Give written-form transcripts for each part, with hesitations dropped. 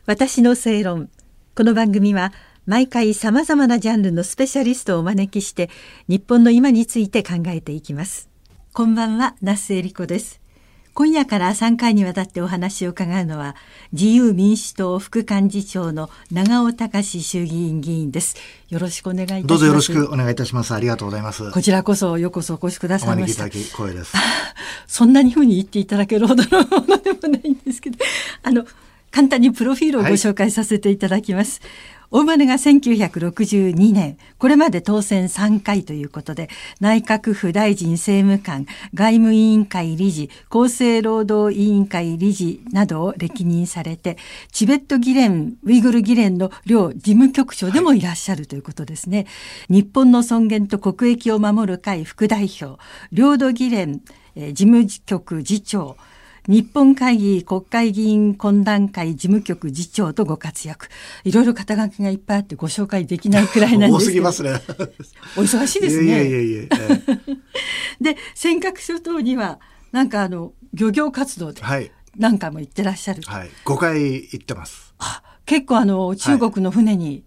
私の正論。この番組は毎回さまざまなジャンルのスペシャリストをお招きして日本の今について考えていきます。こんばんは、那須恵理子です。今夜から3回にわたってお話を伺うのは自由民主党副幹事長の長尾隆衆議院議員です。よろしくお願いいたします。 どうぞよろしくお願いいたします。ありがとうございます。 こちらこそようこそお越しくださいました。 お招きいただき光栄です。 そんなに風に言っていただけるほどのものでもないんですけど、簡単にプロフィールをご紹介させていただきます。お生まれが1962年、これまで当選3回ということで、内閣府大臣政務官、外務委員会理事、厚生労働委員会理事などを歴任されて、チベット議連、ウイグル議連の両事務局長でもいらっしゃるということですね。日本の尊厳と国益を守る会副代表、領土議連、事務局次長、日本会議国会議員懇談会事務局次長とご活躍。いろいろ肩書きがいっぱいあってご紹介できないくらいなんですけど。 多すぎますね。お忙しいですね。 いえ。 で、尖閣諸島にはなんか漁業活動で何回も行ってらっしゃる。 はい、5回行ってます。 結構中国の船に、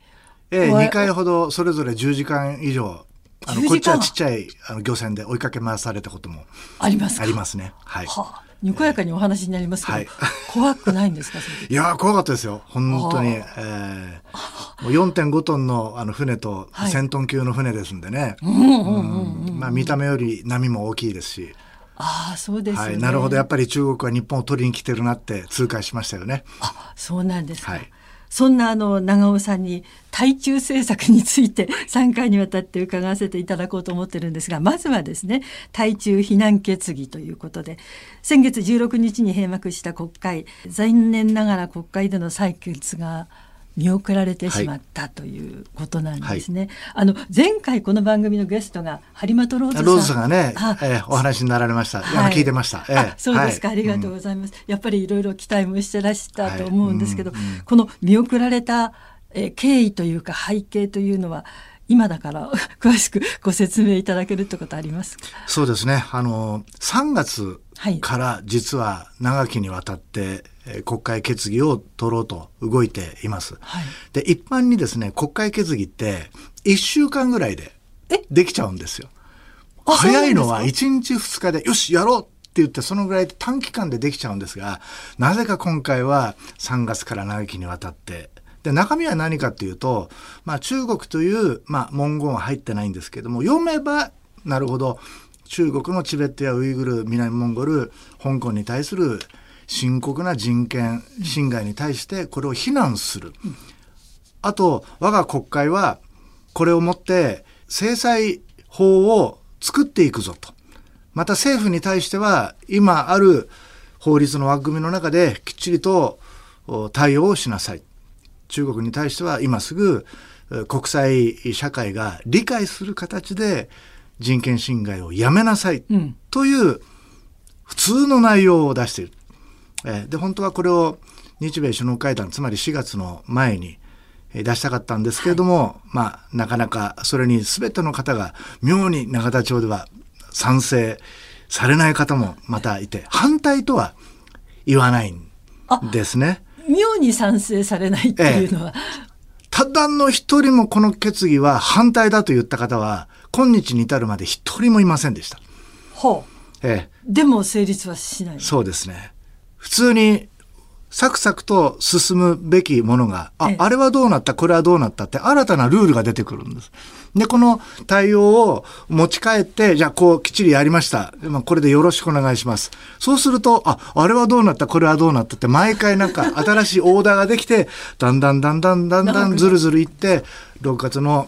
2回ほどそれぞれ10時間以上こっちはちっちゃい漁船で追いかけ回されたこともありますね。はい。 にこやかにお話になりますけど、怖くないんですか？ いや怖かったですよ本当に。もう 4.5 トンの船と1000トン級の船ですんでね。見た目より波も大きいですし。 そうですよね。 なるほど、やっぱり中国は日本を取りに来てるなって痛感しましたよね。 そうなんですか。そんな長尾さんに対中政策について3回にわたって伺わせていただこうと思ってるんですが、まずはですね、対中非難決議ということで、先月16日に閉幕した国会、残念ながら国会での採決が見送られてしまったということなんですね。前回この番組のゲストが張本ローズさん。 ローズさんがね、お話になられました。聞いてました。 そうですか、ありがとうございます。やっぱりいろいろ期待もしてらしたと思うんですけど、この見送られた、経緯というか背景というのは今だから詳しくご説明いただけるってことありますか？ そうですね。3月から実は長きにわたって国会決議を取ろうと動いています。で、一般にですね、国会決議って1週間ぐらいでできちゃうんですよ。早いのは1日2日でよしやろうって言ってそのぐらいで短期間でできちゃうんですが、なぜか今回は3月から長きにわたってで、中身は何かっていうと、中国という、文言は入ってないんですけども、読めばなるほど中国のチベットやウイグル、南モンゴル、香港に対する深刻な人権侵害に対してこれを非難する。あと我が国会はこれをもって制裁法を作っていくぞと。また政府に対しては今ある法律の枠組みの中できっちりと対応をしなさい。中国に対しては今すぐ国際社会が理解する形で人権侵害をやめなさいという普通の内容を出している。で、本当はこれを日米首脳会談、つまり4月の前に出したかったんですけれども、なかなかそれに全ての方が妙に永田町では賛成されない方もまたいて、反対とは言わないんですね。 妙に賛成されないっていうのは、 ただの一人もこの決議は反対だと言った方は今日に至るまで一人もいませんでした。 でも成立はしない。 そうですね。普通にサクサクと進むべきものが、あれはどうなった、これはどうなったって新たなルールが出てくるんです。で、この対応を持ち帰って、じゃあこうきっちりやりました。これでよろしくお願いします。そうすると、あれはどうなった、これはどうなったって毎回なんか新しいオーダーができて、だんだんずるずるいって、6月の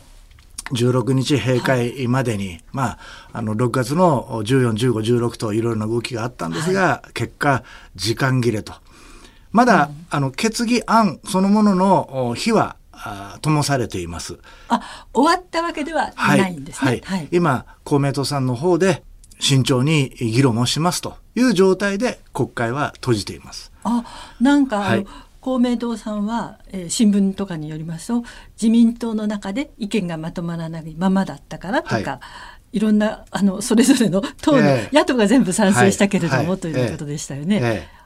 16日閉会までに、6月の14、15、16といろいろな動きがあったんですが、結果時間切れと。まだ、決議案そのものの火は灯されています。 終わったわけではないんですね。 今公明党さんの方で慎重に議論をしますという状態で国会は閉じています。 なんか、公明党さんは、新聞とかによりますと自民党の中で意見がまとまらないままだったからとか、いろんなそれぞれの党の野党が全部賛成したけれども、ということでしたよね。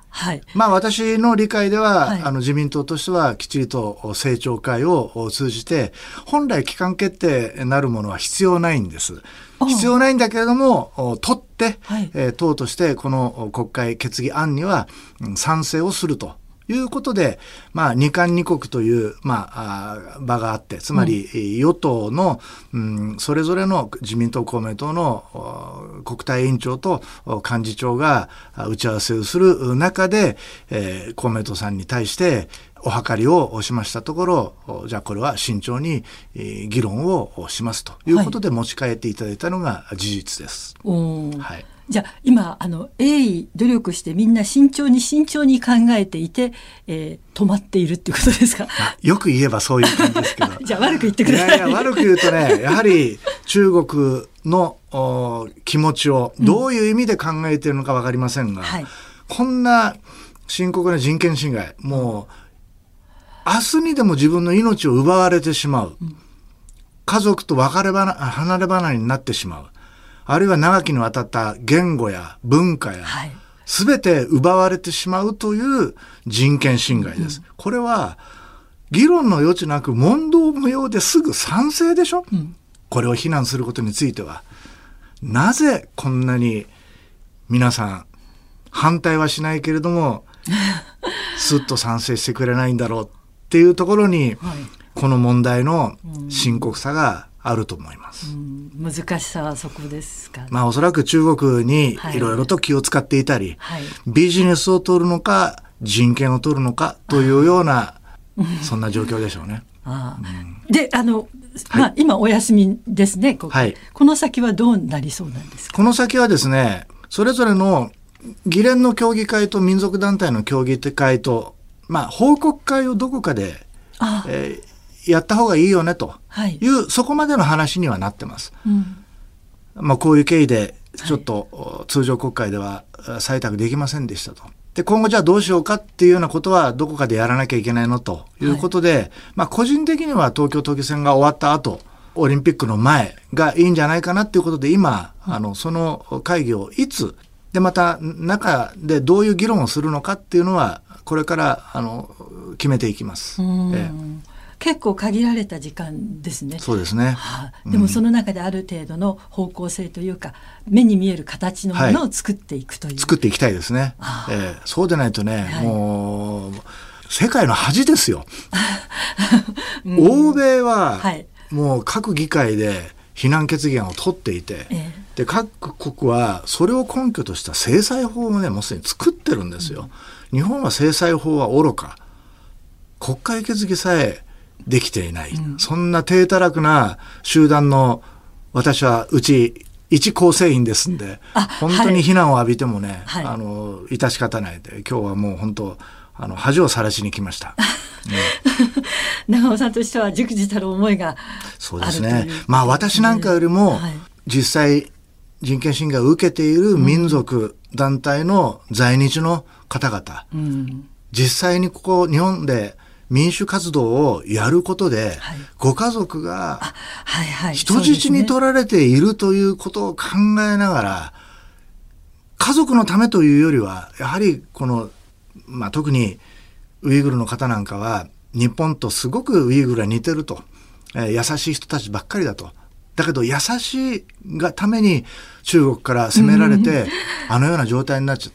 はい、 私の理解では、 はい、 自民党としてはきちりと政調会を通じて本来機関決定なるものは必要ないんです。必要ないんだけれども取って、はい、党としてこの国会決議案には賛成をするということで、二官二国という、場があって、つまり与党の、それぞれの自民党公明党の国対委員長と幹事長が打ち合わせをする中で、公明党さんに対してお諮りをしましたところ、じゃあこれは慎重に議論をしますということで持ち帰っていただいたのが事実です。 はい、じゃあ今鋭意努力してみんな慎重に考えていて、止まっているっていうことですか？ よく言えばそういう感じですけどじゃあ悪く言ってください。 いや悪く言うとね、やはり中国の気持ちをどういう意味で考えているのか分かりませんが、はい、こんな深刻な人権侵害、もう明日にでも自分の命を奪われてしまう、家族と離れ離れになってしまう、あるいは長きにわたった言語や文化や、はい、全て奪われてしまうという人権侵害です。これは議論の余地なく問答無用ですぐ賛成でしょ、これを非難することについては。なぜこんなに皆さん反対はしないけれどもすっと賛成してくれないんだろうっていうところに、はい、この問題の深刻さがあると思います。 難しさはそこですかね。 おそらく中国にいろいろと気を使っていたり、はい、ビジネスを取るのか人権を取るのかというようなそんな状況でしょうね。 ではい、今お休みですね。はい、この先はどうなりそうなんですか？ この先はですね、それぞれの議連の協議会と民族団体の協議会と、報告会をどこかで、やった方がいいよねという、はい、そこまでの話にはなってます。こういう経緯でちょっと通常国会では採択できませんでしたと。で、今後じゃあどうしようかっていうようなことはどこかでやらなきゃいけないのということで、はい、個人的には東京都議選が終わった後、オリンピックの前がいいんじゃないかなっていうことで今、その会議をいつでまた中でどういう議論をするのかっていうのはこれから決めていきます。 結構限られた時間ですね。 そうですね。 でもその中である程度の方向性というか、目に見える形のものを作っていくという、 作っていきたいですね。そうでないとね、はい、もう世界の恥ですよ。欧米はもう各議会で非難決議案を取っていて、で各国はそれを根拠とした制裁法をね、もうすでに作ってるんですよ。日本は制裁法は愚か、国会決議さえできていない、そんな低たらくな集団の私は一構成員ですんで、本当に非難を浴びてもね、はい、致し方ないで、今日はもう本当恥をさらしに来ました。 長尾さんとしては熟知たる思いがあるという。 そうですね。私なんかよりも、実際人権侵害を受けている民族団体の在日の方々、実際にここ日本で民主活動をやることで、ご家族が人質に取られているということを考えながら、家族のためというよりはやはりこの、特にウイグルの方なんかは日本とすごくウイグルは似てると、優しい人たちばっかりだと。だけど優しいがために中国から攻められて、あのような状態になっちゃった、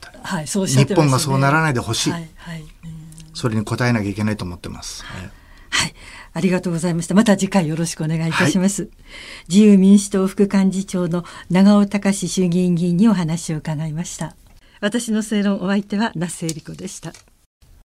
そうおっしゃってましたね。 日本がそうならないでほしい、それに応えなきゃいけないと思ってます。 ありがとうございました。また次回よろしくお願いいたします。自由民主党副幹事長の長尾隆衆議院議員にお話を伺いました。私の正論、お相手は那須恵理子でした。